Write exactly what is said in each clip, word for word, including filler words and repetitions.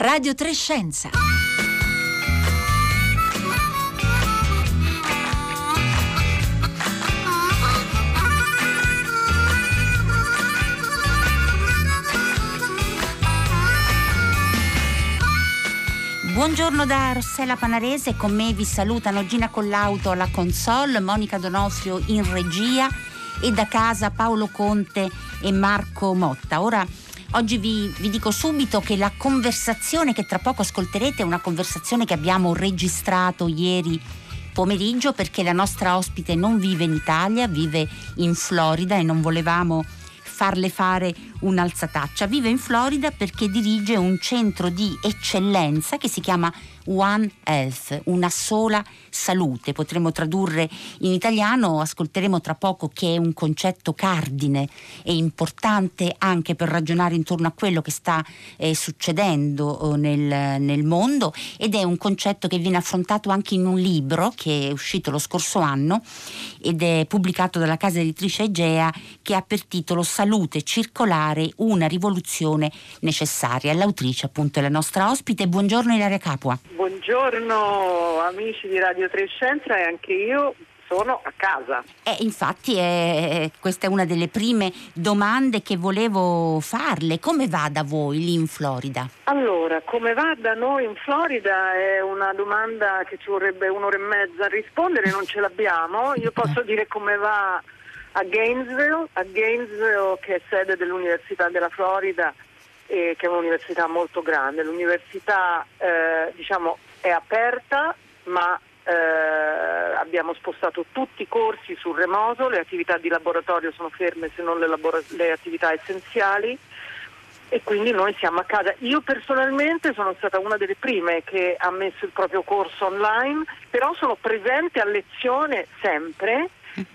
Radio tre Scienza. Buongiorno da Rossella Panarese, con me vi salutano Gina Collauto alla console, Monica Donofrio in regia e da casa Paolo Conte e Marco Motta. Ora, oggi vi, vi dico subito che la conversazione che tra poco ascolterete è una conversazione che abbiamo registrato ieri pomeriggio, perché la nostra ospite non vive in Italia, vive in Florida e non volevamo farle fare un'alzataccia. Vive in Florida perché dirige un centro di eccellenza che si chiama One Health, una sola salute. Potremmo tradurre in italiano, ascolteremo tra poco, che è un concetto cardine e importante anche per ragionare intorno a quello che sta eh, succedendo eh, nel, nel mondo, ed è un concetto che viene affrontato anche in un libro che è uscito lo scorso anno ed è pubblicato dalla casa editrice Egea, che ha per titolo Salute circolare, una rivoluzione necessaria. L'autrice appunto è la nostra ospite. Buongiorno Ilaria Capua. Buongiorno amici di Radio tre Scienza, e anche io sono a casa. Eh, infatti è, questa è una delle prime domande che volevo farle. Come va da voi lì in Florida? Allora, come va da noi in Florida è una domanda che ci vorrebbe un'ora e mezza a rispondere, non ce l'abbiamo. Io posso dire come va a Gainesville, a Gainesville che è sede dell'Università della Florida, e che è un'università molto grande. L'università eh, diciamo è aperta, ma eh, abbiamo spostato tutti i corsi sul remoto, le attività di laboratorio sono ferme se non le, labora- le attività essenziali, e quindi noi siamo a casa. Io personalmente sono stata una delle prime che ha messo il proprio corso online, però sono presente a lezione sempre,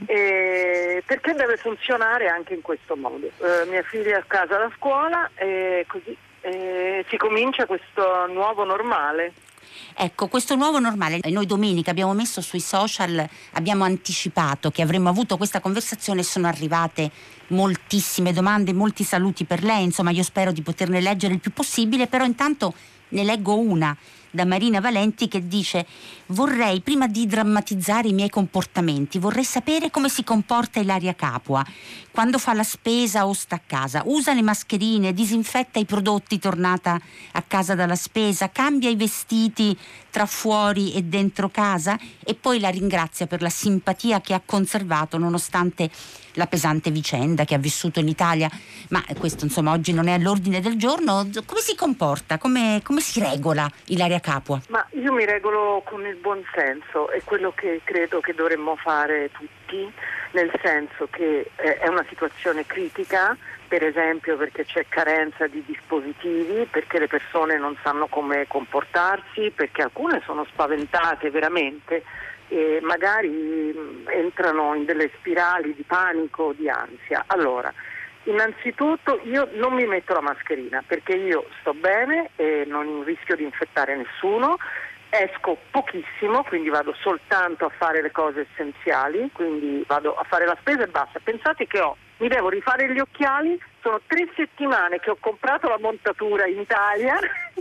Eh, perché deve funzionare anche in questo modo. Eh, mia figlia è a casa da scuola e così eh, si comincia questo nuovo normale. Ecco, questo nuovo normale, noi domenica abbiamo messo sui social, abbiamo anticipato che avremmo avuto questa conversazione e sono arrivate moltissime domande, molti saluti per lei, insomma io spero di poterne leggere il più possibile, però intanto ne leggo una da Marina Valenti che dice: vorrei, prima di drammatizzare i miei comportamenti, vorrei sapere come si comporta Ilaria Capua quando fa la spesa o sta a casa. Usa le mascherine, disinfetta i prodotti tornata a casa dalla spesa, cambia i vestiti tra fuori e dentro casa, e poi la ringrazia per la simpatia che ha conservato nonostante la pesante vicenda che ha vissuto in Italia. Ma questo insomma oggi non è all'ordine del giorno. Come si comporta? Come, come si regola Ilaria Capua? Ma io mi regolo con il buon senso, è quello che credo che dovremmo fare tutti, nel senso che eh, è una situazione critica, per esempio perché c'è carenza di dispositivi, perché le persone non sanno come comportarsi, perché alcune sono spaventate veramente e magari mh, entrano in delle spirali di panico, di ansia. Allora, innanzitutto io non mi metto la mascherina perché io sto bene e non rischio di infettare nessuno, esco pochissimo, quindi vado soltanto a fare le cose essenziali, quindi vado a fare la spesa e basta. Pensate che ho, mi devo rifare gli occhiali, sono tre settimane che ho comprato la montatura in Italia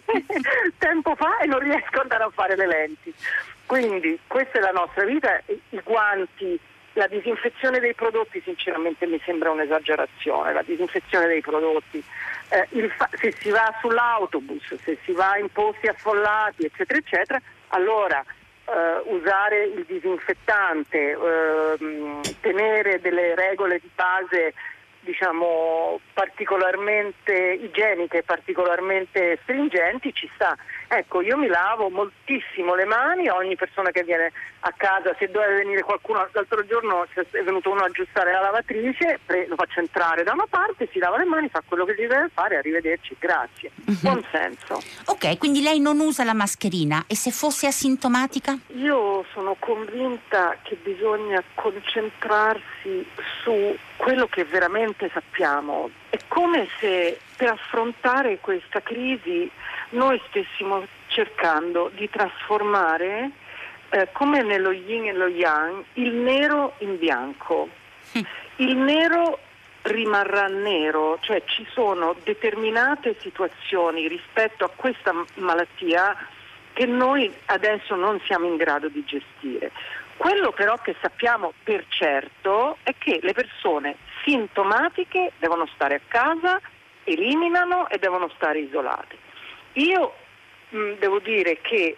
tempo fa e non riesco ad andare a fare le lenti. Quindi questa è la nostra vita, i guanti, la disinfezione dei prodotti sinceramente mi sembra un'esagerazione, la disinfezione dei prodotti, eh, il fa- se si va sull'autobus, se si va in posti affollati eccetera eccetera, allora eh, usare il disinfettante, eh, tenere delle regole di base diciamo particolarmente igieniche, particolarmente stringenti ci sta. Ecco, io mi lavo moltissimo le mani, ogni persona che viene a casa, se deve venire qualcuno, l'altro giorno è venuto uno a aggiustare la lavatrice, lo faccio entrare da una parte, si lava le mani, fa quello che gli deve fare, arrivederci, grazie. Uh-huh. Buon senso. Ok, quindi lei non usa la mascherina, e se fosse asintomatica? Io sono convinta che bisogna concentrarsi su quello che veramente sappiamo. È come se per affrontare questa crisi noi stessimo cercando di trasformare, eh, come nello yin e lo yang, il nero in bianco. Il nero rimarrà nero, cioè ci sono determinate situazioni rispetto a questa malattia che noi adesso non siamo in grado di gestire. Quello però che sappiamo per certo è che le persone sintomatiche devono stare a casa, eliminano e devono stare isolate. Io mh, devo dire che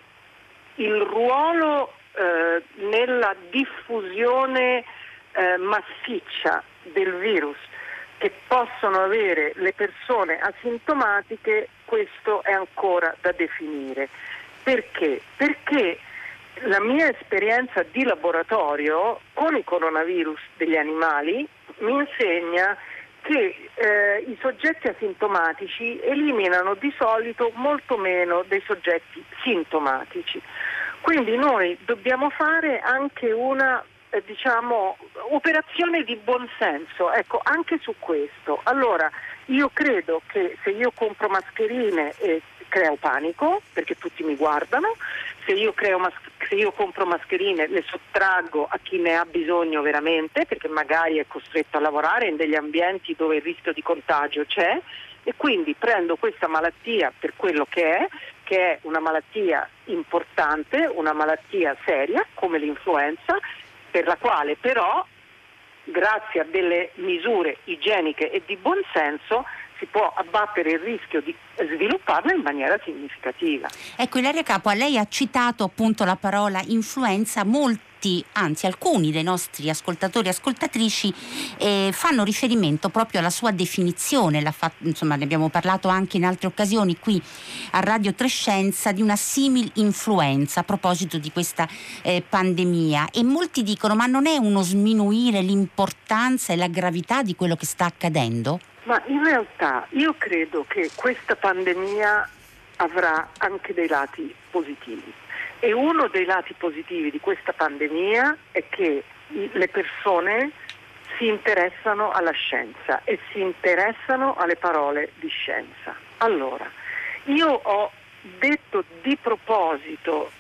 il ruolo eh, nella diffusione eh, massiccia del virus che possono avere le persone asintomatiche, questo è ancora da definire. Perché? Perché la mia esperienza di laboratorio con i coronavirus degli animali mi insegna che eh, i soggetti asintomatici eliminano di solito molto meno dei soggetti sintomatici. Quindi noi dobbiamo fare anche una eh, diciamo operazione di buonsenso, ecco, anche su questo. Allora, io credo che se io compro mascherine e creo panico perché tutti mi guardano, se io, creo mas- se io compro mascherine le sottraggo a chi ne ha bisogno veramente perché magari è costretto a lavorare in degli ambienti dove il rischio di contagio c'è, e quindi prendo questa malattia per quello che è, che è una malattia importante, una malattia seria come l'influenza, per la quale però grazie a delle misure igieniche e di buonsenso si può abbattere il rischio di svilupparla in maniera significativa. Ecco, Ilaria Capua, lei ha citato appunto la parola influenza. Molti, anzi alcuni dei nostri ascoltatori e ascoltatrici eh, fanno riferimento proprio alla sua definizione, la fa, insomma ne abbiamo parlato anche in altre occasioni qui a Radio Trescenza, di una simil influenza a proposito di questa eh, pandemia, e molti dicono: ma non è uno sminuire l'importanza e la gravità di quello che sta accadendo? Ma in realtà io credo che questa pandemia avrà anche dei lati positivi, e uno dei lati positivi di questa pandemia è che le persone si interessano alla scienza e si interessano alle parole di scienza. Allora, io ho detto di proposito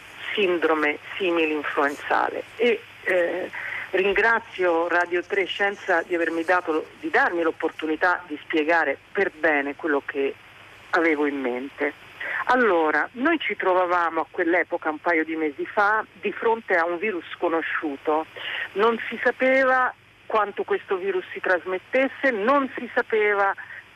sindrome simil-influenzale e eh, ringrazio Radio tre Scienza di avermi dato, di darmi l'opportunità di spiegare per bene quello che avevo in mente. Allora, noi ci trovavamo a quell'epoca, un paio di mesi fa, di fronte a un virus sconosciuto. Non si sapeva quanto questo virus si trasmettesse, non si sapeva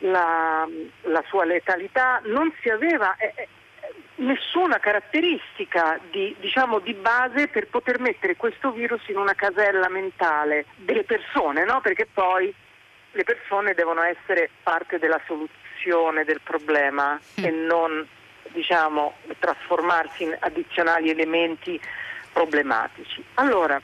la, la sua letalità, non si aveva eh, nessuna caratteristica di, diciamo, di base per poter mettere questo virus in una casella mentale delle persone, no? Perché poi le persone devono essere parte della soluzione del problema mm. e non, diciamo, trasformarsi in addizionali elementi problematici. Allora,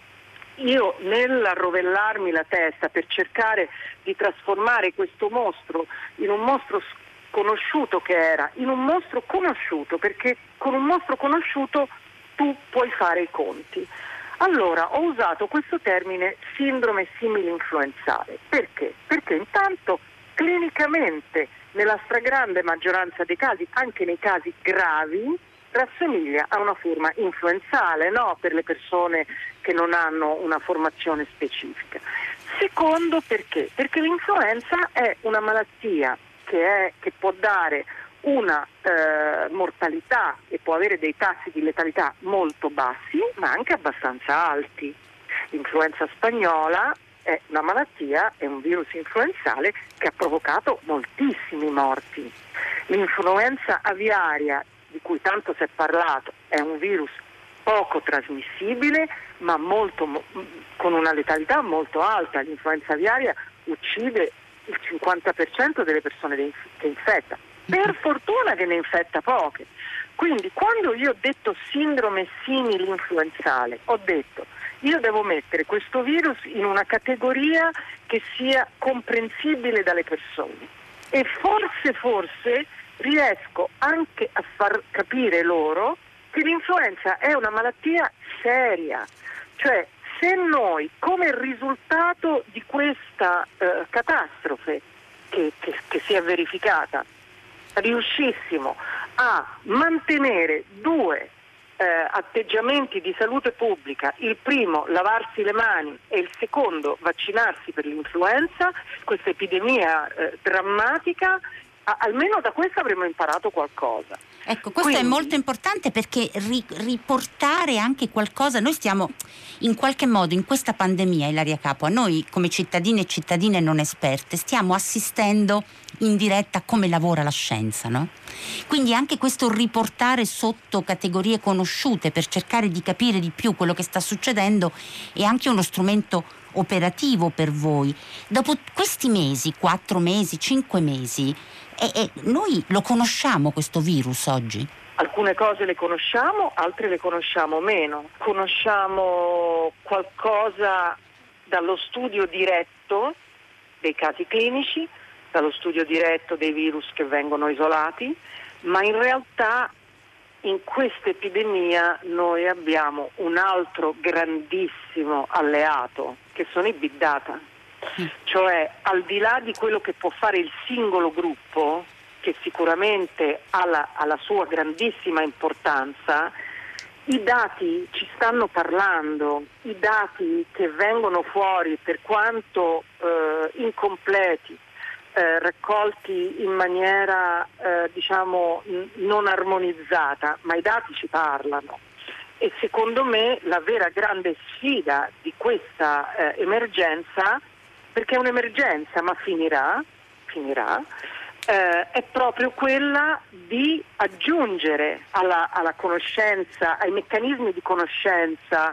io nell'arrovellarmi la testa per cercare di trasformare questo mostro in un mostro conosciuto che era, in un mostro conosciuto, perché con un mostro conosciuto tu puoi fare i conti. Allora ho usato questo termine sindrome simil-influenzale. Perché? Perché intanto clinicamente nella stragrande maggioranza dei casi, anche nei casi gravi, rassomiglia a una forma influenzale, no? Per le persone che non hanno una formazione specifica. Secondo, perché? Perché l'influenza è una malattia che, è, che può dare una eh, mortalità e può avere dei tassi di letalità molto bassi, ma anche abbastanza alti. L'influenza spagnola è una malattia, è un virus influenzale che ha provocato moltissimi morti. L'influenza aviaria, di cui tanto si è parlato, è un virus poco trasmissibile, ma molto, con una letalità molto alta. L'influenza aviaria uccide il cinquanta per cento delle persone che infetta. Per fortuna che ne infetta poche. Quindi quando io ho detto sindrome simil-influenzale, ho detto io devo mettere questo virus in una categoria che sia comprensibile dalle persone, e forse forse riesco anche a far capire loro che l'influenza è una malattia seria. Cioè, se noi, come risultato di questa eh, catastrofe che, che, che si è verificata, riuscissimo a mantenere due eh, atteggiamenti di salute pubblica, il primo lavarsi le mani e il secondo vaccinarsi per l'influenza, questa epidemia eh, drammatica, a, almeno da questo avremo imparato qualcosa. Ecco, questo Quindi, è molto importante perché ri- riportare anche qualcosa, noi stiamo in qualche modo in questa pandemia, Ilaria Capo, a noi come cittadini e cittadine non esperte stiamo assistendo in diretta a come lavora la scienza, no? Quindi anche questo riportare sotto categorie conosciute per cercare di capire di più quello che sta succedendo è anche uno strumento operativo per voi. Dopo questi mesi, quattro mesi, cinque mesi, e, e noi lo conosciamo questo virus oggi? alcune cose le conosciamo, altre le conosciamo meno. Conosciamo qualcosa dallo studio diretto dei casi clinici, dallo studio diretto dei virus che vengono isolati, ma in realtà in questa epidemia noi abbiamo un altro grandissimo alleato, che sono i big data. Cioè, al di là di quello che può fare il singolo gruppo, che sicuramente ha la, ha la sua grandissima importanza, i dati ci stanno parlando, i dati che vengono fuori, per quanto eh, incompleti, eh, raccolti in maniera eh, diciamo n- non armonizzata, ma i dati ci parlano. E secondo me la vera grande sfida di questa eh, emergenza, perché è un'emergenza ma finirà, finirà, eh, è proprio quella di aggiungere alla, alla conoscenza, ai meccanismi di conoscenza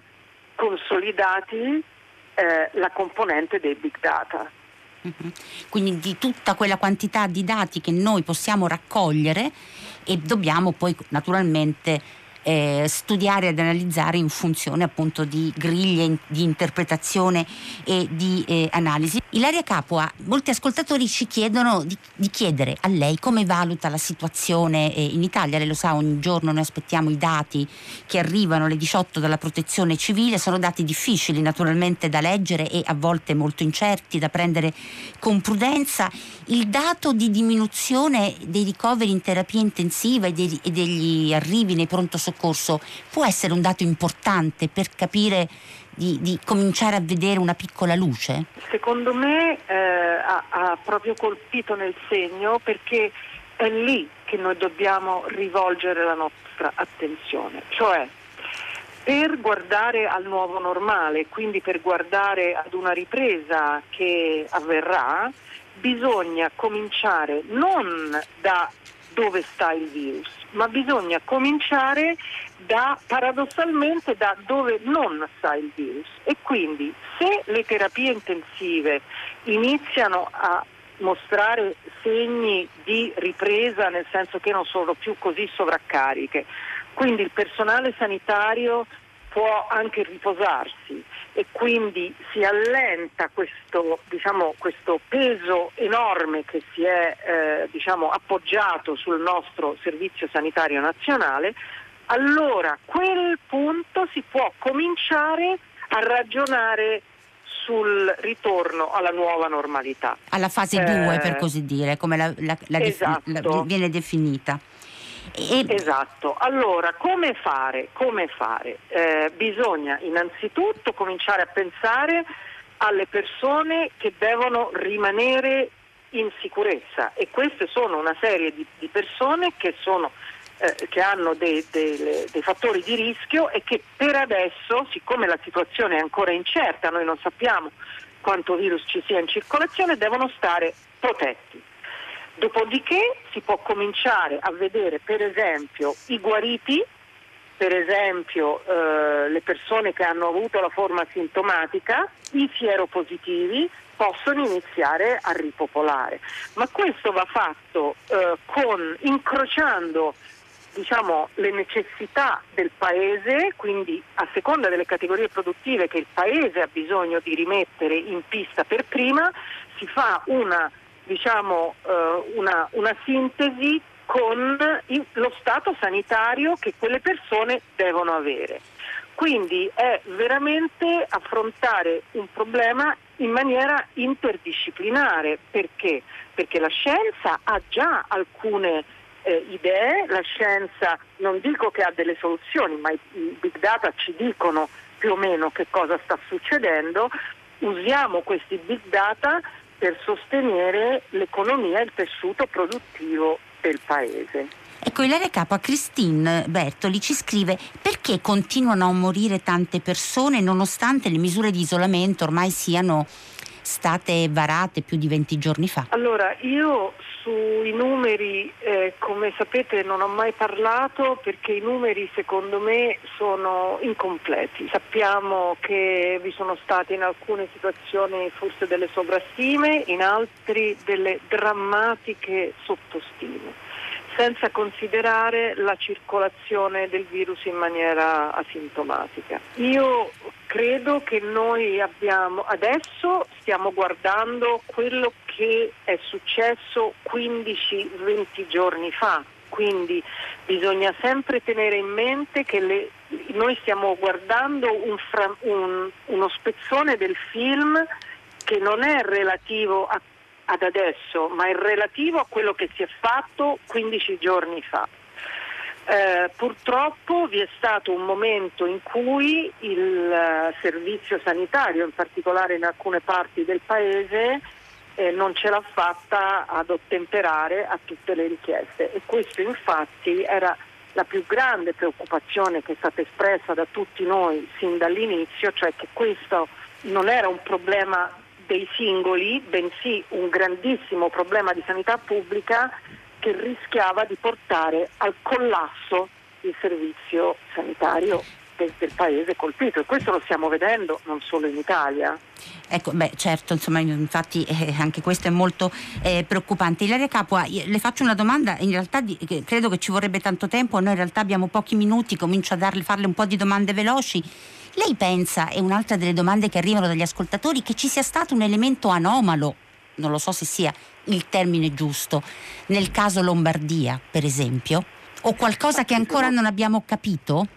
consolidati eh, la componente dei big data. Mm-hmm. Quindi di tutta quella quantità di dati che noi possiamo raccogliere e dobbiamo poi naturalmente Eh, studiare ed analizzare in funzione appunto di griglie in, di interpretazione e di eh, analisi. Ilaria Capua, molti ascoltatori ci chiedono di, di chiedere a lei come valuta la situazione eh, in Italia. Lei lo sa, ogni giorno noi aspettiamo i dati che arrivano alle diciotto dalla Protezione Civile, sono dati difficili naturalmente da leggere e a volte molto incerti, da prendere con prudenza. Il dato di diminuzione dei ricoveri in terapia intensiva e, dei, e degli arrivi nei pronto soccorso può essere un dato importante per capire di, di cominciare a vedere una piccola luce? Secondo me eh, ha, ha proprio colpito nel segno, perché è lì che noi dobbiamo rivolgere la nostra attenzione, cioè per guardare al nuovo normale, quindi per guardare ad una ripresa che avverrà, bisogna cominciare non da dove sta il virus, ma bisogna cominciare da, paradossalmente, da dove non sta il virus. E quindi se le terapie intensive iniziano a mostrare segni di ripresa, nel senso che non sono più così sovraccariche, quindi il personale sanitario può anche riposarsi e quindi si allenta questo, diciamo, questo peso enorme che si è eh, diciamo, appoggiato sul nostro Servizio Sanitario Nazionale, allora a quel punto si può cominciare a ragionare sul ritorno alla nuova normalità. Alla fase due, eh, per così dire, come la, la, la, esatto. la viene definita. E... Esatto, allora come fare? Come fare? Eh, bisogna innanzitutto cominciare a pensare alle persone che devono rimanere in sicurezza, e queste sono una serie di, di persone che, sono, eh, che hanno dei, dei, dei fattori di rischio e che per adesso, siccome la situazione è ancora incerta, noi non sappiamo quanto virus ci sia in circolazione, devono stare protetti. Dopodiché si può cominciare a vedere per esempio i guariti, per esempio eh, le persone che hanno avuto la forma sintomatica, i sieropositivi possono iniziare a ripopolare. Ma questo va fatto eh, con incrociando diciamo le necessità del paese, quindi a seconda delle categorie produttive che il paese ha bisogno di rimettere in pista per prima, si fa una diciamo uh, una, una sintesi con il, lo stato sanitario che quelle persone devono avere. Quindi è veramente affrontare un problema in maniera interdisciplinare. Perché? Perché la scienza ha già alcune eh, idee, la scienza non dico che ha delle soluzioni, ma i, i big data ci dicono più o meno che cosa sta succedendo. Usiamo questi big data per sostenere l'economia e il tessuto produttivo del paese. Ecco, Ilaria Capua, Christine Bertoli ci scrive: perché continuano a morire tante persone nonostante le misure di isolamento ormai siano state varate più di venti giorni fa? Allora, io sui numeri, eh, come sapete, non ho mai parlato, perché i numeri secondo me sono incompleti. Sappiamo che vi sono state in alcune situazioni forse delle sovrastime, in altri delle drammatiche sottostime, senza considerare la circolazione del virus in maniera asintomatica. Io credo che noi abbiamo, adesso stiamo guardando quello che è successo quindici venti giorni fa, quindi bisogna sempre tenere in mente che le, noi stiamo guardando un, un, uno spezzone del film che non è relativo a ad adesso, ma è relativo a quello che si è fatto quindici giorni fa. Eh, purtroppo vi è stato un momento in cui il uh, servizio sanitario, in particolare in alcune parti del paese, eh, non ce l'ha fatta ad ottemperare a tutte le richieste, e questo infatti era la più grande preoccupazione che è stata espressa da tutti noi sin dall'inizio, cioè che questo non era un problema dei singoli, bensì un grandissimo problema di sanità pubblica che rischiava di portare al collasso il servizio sanitario del, del paese colpito, e questo lo stiamo vedendo non solo in Italia. Ecco, beh, certo, insomma, infatti eh, anche questo è molto eh, preoccupante. Ilaria Capua, le faccio una domanda, in realtà di, che credo che ci vorrebbe tanto tempo, noi in realtà abbiamo pochi minuti, comincio a darle, farle un po' di domande veloci. Lei pensa, è un'altra delle domande che arrivano dagli ascoltatori, che ci sia stato un elemento anomalo, non lo so se sia il termine giusto, nel caso Lombardia, per esempio? O qualcosa che ancora non abbiamo capito?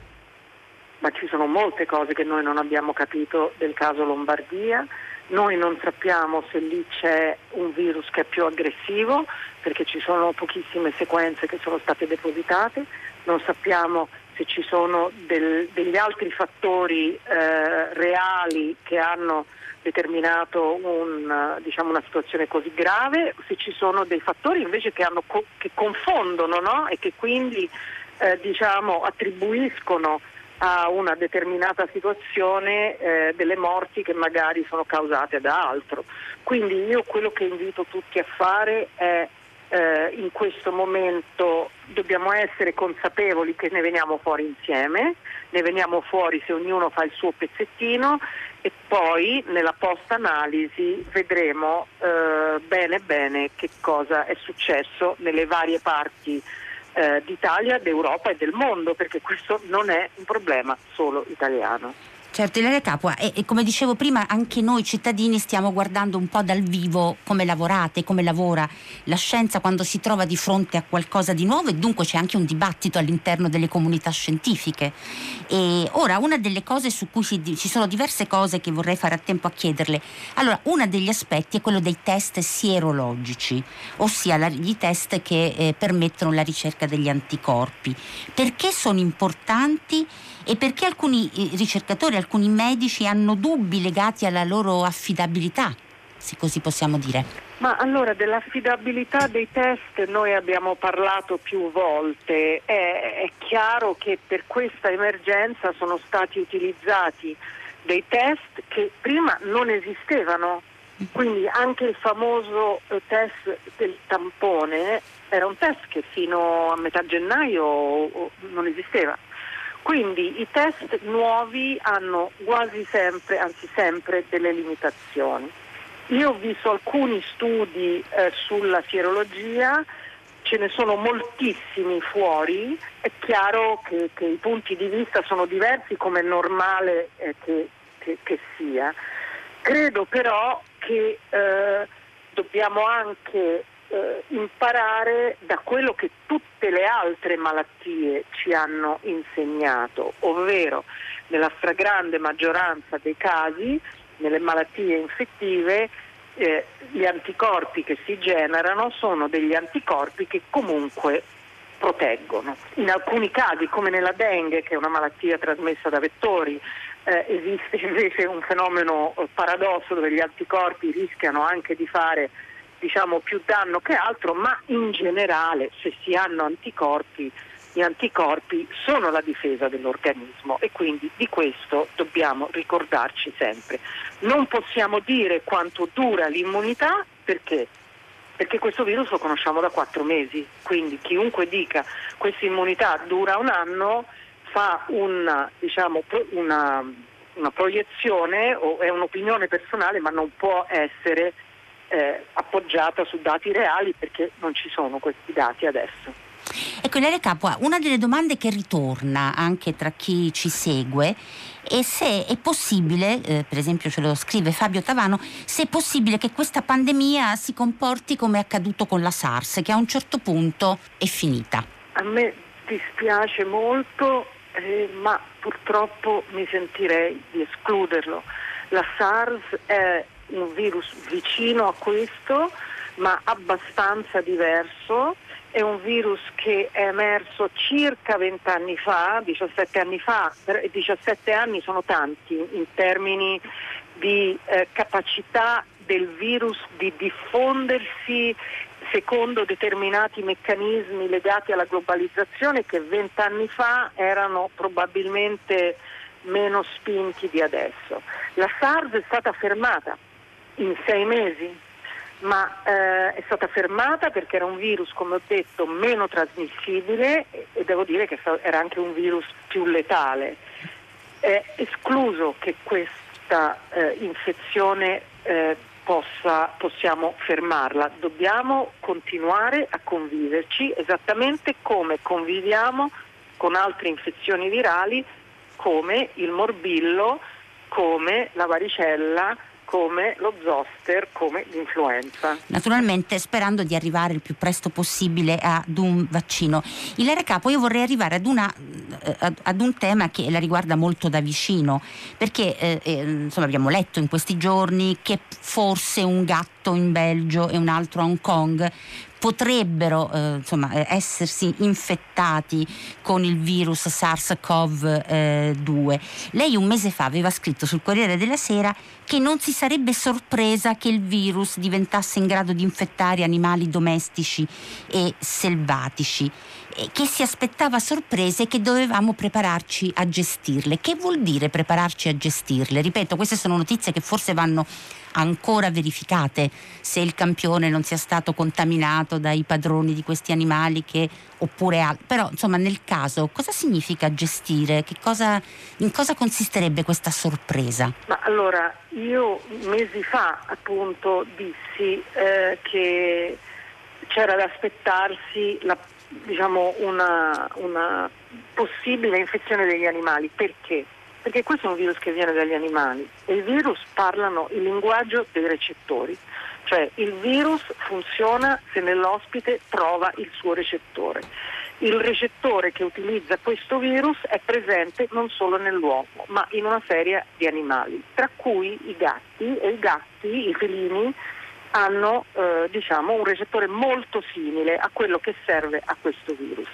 Ma ci sono molte cose che noi non abbiamo capito del caso Lombardia. Noi non sappiamo se lì c'è un virus che è più aggressivo, perché ci sono pochissime sequenze che sono state depositate. Non sappiamo se ci sono del, degli altri fattori eh, reali che hanno determinato un, diciamo, una situazione così grave, se ci sono dei fattori invece che, hanno, che confondono, no? E che quindi eh, diciamo, attribuiscono a una determinata situazione eh, delle morti che magari sono causate da altro. Quindi io quello che invito tutti a fare è eh, in questo momento dobbiamo essere consapevoli che ne veniamo fuori insieme, ne veniamo fuori se ognuno fa il suo pezzettino, e poi nella post-analisi vedremo eh, bene bene che cosa è successo nelle varie parti eh, d'Italia, d'Europa e del mondo, perché questo non è un problema solo italiano. Certo, Ilaria Capua, e, e come dicevo prima, anche noi cittadini stiamo guardando un po' dal vivo come lavorate, come lavora la scienza quando si trova di fronte a qualcosa di nuovo, e dunque c'è anche un dibattito all'interno delle comunità scientifiche. E ora, una delle cose su cui si, ci sono diverse cose che vorrei fare a tempo a chiederle. Allora, uno degli aspetti è quello dei test sierologici, ossia la, gli test che eh, permettono la ricerca degli anticorpi. Perché sono importanti? E perché alcuni ricercatori, alcuni medici hanno dubbi legati alla loro affidabilità, se così possiamo dire? Ma allora, dell'affidabilità dei test noi abbiamo parlato più volte. È, è chiaro che per questa emergenza sono stati utilizzati dei test che prima non esistevano. Quindi anche il famoso test del tampone era un test che fino a metà gennaio non esisteva. Quindi i test nuovi hanno quasi sempre, anzi sempre, delle limitazioni. Io ho visto alcuni studi eh, sulla sierologia, ce ne sono moltissimi fuori, è chiaro che, che i punti di vista sono diversi, come è normale eh, che, che, che sia. Credo però che eh, dobbiamo anche Eh, imparare da quello che tutte le altre malattie ci hanno insegnato, ovvero nella stragrande maggioranza dei casi, nelle malattie infettive, eh, gli anticorpi che si generano sono degli anticorpi che comunque proteggono. In alcuni casi, come nella dengue, che è una malattia trasmessa da vettori, eh, esiste invece un fenomeno eh, paradosso dove gli anticorpi rischiano anche di fare, diciamo, più danno che altro, ma in generale se si hanno anticorpi, gli anticorpi sono la difesa dell'organismo e quindi di questo dobbiamo ricordarci sempre. Non possiamo dire quanto dura l'immunità, perché? Perché questo virus lo conosciamo da quattro mesi, quindi chiunque dica questa immunità dura un anno fa una, diciamo, una, una proiezione o è un'opinione personale, ma non può essere eh, appoggiata su dati reali perché non ci sono questi dati adesso. Ecco, Ilaria Capua, una delle domande che ritorna anche tra chi ci segue è se è possibile, eh, per esempio ce lo scrive Fabio Tavano, se è possibile che questa pandemia si comporti come è accaduto con la SARS, che a un certo punto è finita. A me dispiace molto, eh, ma purtroppo mi sentirei di escluderlo. La SARS è un virus vicino a questo, ma abbastanza diverso. È un virus che è emerso circa vent'anni fa, diciassette anni fa, diciassette anni sono tanti in termini di eh, capacità del virus di diffondersi secondo determinati meccanismi legati alla globalizzazione che vent'anni fa erano probabilmente meno spinti di adesso. La SARS è stata fermata in sei mesi. Ma eh, è stata fermata perché era un virus, come ho detto, meno trasmissibile e, e devo dire che era anche un virus più letale. È escluso che questa eh, infezione eh, possa, possiamo fermarla. Dobbiamo continuare a conviverci esattamente come conviviamo con altre infezioni virali come il morbillo, come la varicella, come lo zoster, come l'influenza. Naturalmente sperando di arrivare il più presto possibile ad un vaccino. Ilaria Capua, io vorrei arrivare ad, una, ad un tema che la riguarda molto da vicino, perché eh, eh, insomma abbiamo letto in questi giorni che forse un gatto in Belgio e un altro a Hong Kong potrebbero eh, insomma essersi infettati con il virus SARS-CoV due. Lei un mese fa aveva scritto sul Corriere della Sera che non si sarebbe sorpresa che il virus diventasse in grado di infettare animali domestici e selvatici, e che si aspettava sorprese e che dovevamo prepararci a gestirle. Che vuol dire prepararci a gestirle? Ripeto, queste sono notizie che forse vanno ancora verificate, se il campione non sia stato contaminato dai padroni di questi animali che, oppure altro. Però insomma, nel caso, cosa significa gestire? Che cosa, in cosa consisterebbe questa sorpresa? Ma allora, io mesi fa appunto dissi eh, che c'era da aspettarsi la, diciamo una, una possibile infezione degli animali. Perché? Perché questo è un virus che viene dagli animali e i virus parlano il linguaggio dei recettori, cioè il virus funziona se nell'ospite trova il suo recettore. Il recettore che utilizza questo virus è presente non solo nell'uomo, ma in una serie di animali, tra cui i gatti, e i gatti, i felini, hanno eh, diciamo un recettore molto simile a quello che serve a questo virus.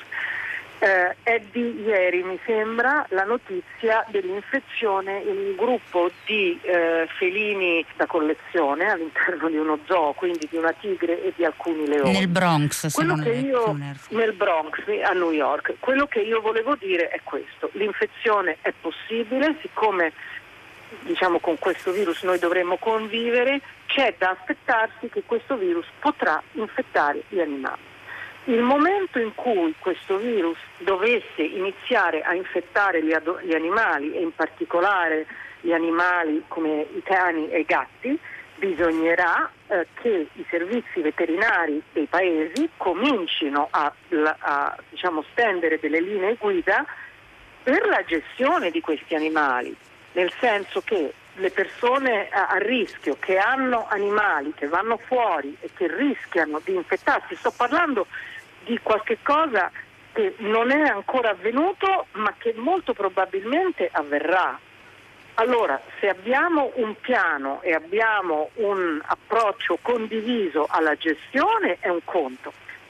Eh, è di ieri, mi sembra, la notizia dell'infezione in un gruppo di eh, felini da collezione all'interno di uno zoo, quindi di una tigre e di alcuni leoni. Nel Bronx, se Quello non che è, io, non è... nel Bronx, a New York. Quello che io volevo dire è questo: l'infezione è possibile, siccome diciamo con questo virus noi dovremmo convivere, c'è da aspettarsi che questo virus potrà infettare gli animali. Il momento in cui questo virus dovesse iniziare a infettare gli, ad- gli animali, e in particolare gli animali come i cani e i gatti, bisognerà eh, che i servizi veterinari dei paesi comincino a, a, a diciamo, stendere delle linee guida per la gestione di questi animali, nel senso che le persone a, a rischio che hanno animali che vanno fuori e che rischiano di infettarsi, sto parlando di qualche cosa che non è ancora avvenuto ma che molto probabilmente avverrà. Allora, se abbiamo un piano e abbiamo un approccio condiviso alla gestione è un conto.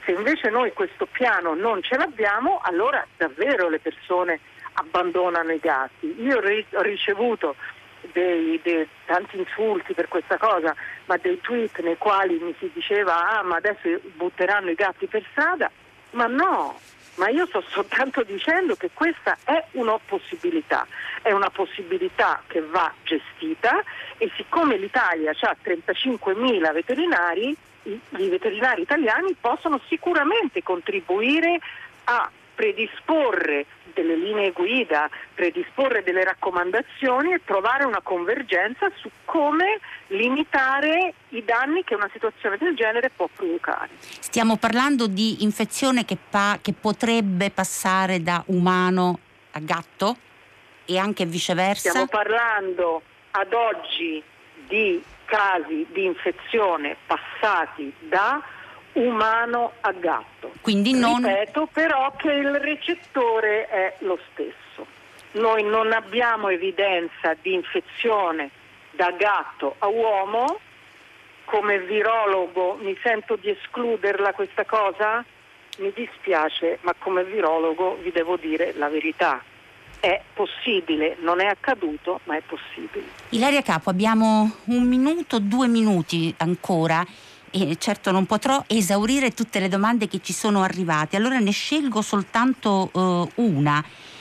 Se invece noi questo piano non ce l'abbiamo, allora davvero le persone abbandonano i gatti. Io ho ricevuto dei, dei tanti insulti per questa cosa, ma dei tweet nei quali mi si diceva ah ma adesso butteranno i gatti per strada, ma no, ma io sto soltanto dicendo che questa è una possibilità, è una possibilità che va gestita, e siccome l'Italia ha trentacinquemila veterinari, i, i veterinari italiani possono sicuramente contribuire a predisporre delle linee guida, predisporre delle raccomandazioni e trovare una convergenza su come limitare i danni che una situazione del genere può provocare. Stiamo parlando di infezione che, pa- che potrebbe passare da umano a gatto e anche viceversa? Stiamo parlando ad oggi di casi di infezione passati da umano a gatto. Quindi non... Ripeto però che il recettore è lo stesso. Noi non abbiamo evidenza di infezione da gatto a uomo. Come virologo mi sento di escluderla questa cosa? Mi dispiace, ma come virologo vi devo dire la verità. È possibile, non è accaduto, ma è possibile. Ilaria Capo, abbiamo un minuto, due minuti ancora. E certo non potrò esaurire tutte le domande che ci sono arrivate, allora ne scelgo soltanto uh, una.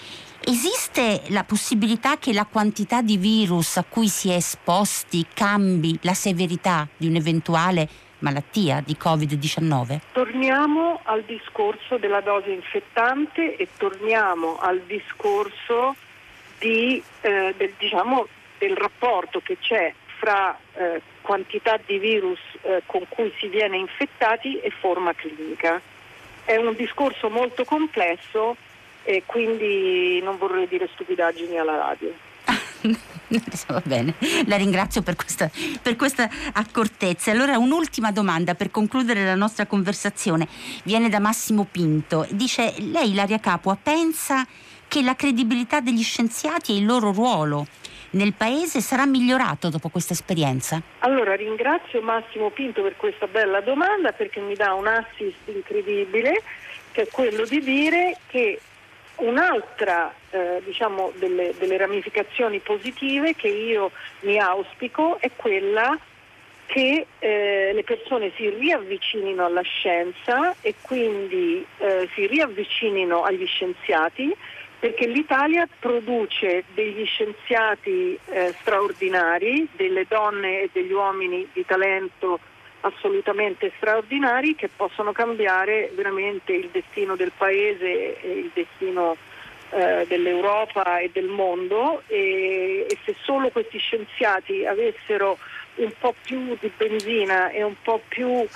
Esiste la possibilità che la quantità di virus a cui si è esposti cambi la severità di un'eventuale malattia di covid diciannove? Torniamo al discorso della dose infettante e torniamo al discorso di, eh, del, diciamo, del rapporto che c'è fra eh, quantità di virus eh, con cui si viene infettati e forma clinica. È un discorso molto complesso e quindi non vorrei dire stupidaggini alla radio. Va bene, la ringrazio per questa, per questa accortezza. Allora un'ultima domanda per concludere la nostra conversazione viene da Massimo Pinto. Dice: lei, Ilaria Capua, pensa che la credibilità degli scienziati e il loro ruolo nel paese sarà migliorato dopo questa esperienza? Allora ringrazio Massimo Pinto per questa bella domanda, perché mi dà un assist incredibile, che è quello di dire che un'altra eh, diciamo delle, delle ramificazioni positive che io mi auspico è quella che eh, le persone si riavvicinino alla scienza e quindi eh, si riavvicinino agli scienziati, perché l'Italia produce degli scienziati eh, straordinari, delle donne e degli uomini di talento assolutamente straordinari che possono cambiare veramente il destino del paese e il destino eh, dell'Europa e del mondo, e, e se solo questi scienziati avessero un po' più di benzina e un po' più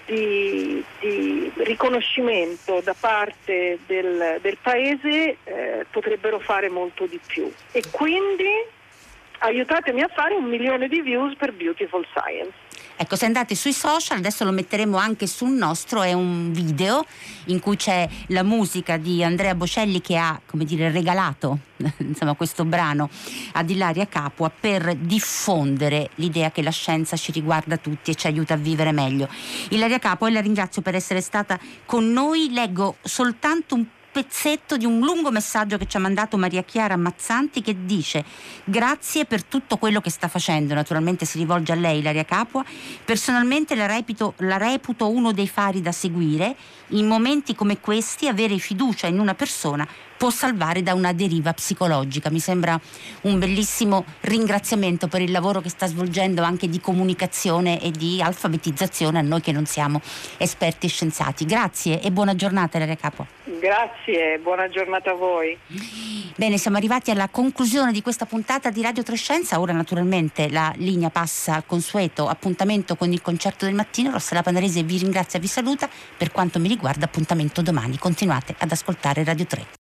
di, di riconoscimento da parte del, del paese, eh, potrebbero fare molto di più. E quindi aiutatemi a fare un milione di views per Beautiful Science. Ecco, se andate sui social, adesso lo metteremo anche sul nostro, è un video in cui c'è la musica di Andrea Bocelli che ha, come dire, regalato insomma questo brano ad Ilaria Capua per diffondere l'idea che la scienza ci riguarda tutti e ci aiuta a vivere meglio. Ilaria Capua, la ringrazio per essere stata con noi. Leggo soltanto un pezzetto di un lungo messaggio che ci ha mandato Maria Chiara Mazzanti, che dice: grazie per tutto quello che sta facendo. Naturalmente si rivolge a lei, Ilaria Capua. Personalmente la reputo, la reputo uno dei fari da seguire. In momenti come questi avere fiducia in una persona può salvare da una deriva psicologica. Mi sembra un bellissimo ringraziamento per il lavoro che sta svolgendo anche di comunicazione e di alfabetizzazione a noi che non siamo esperti scienziati. Grazie e buona giornata, Ilaria Capua. Grazie, buona giornata a voi. Bene, siamo arrivati alla conclusione di questa puntata di Radio tre Scienza. Ora naturalmente la linea passa al consueto appuntamento con il concerto del mattino. Rossella Panarese vi ringrazia e vi saluta. Per quanto mi riguarda, appuntamento domani. Continuate ad ascoltare Radio tre.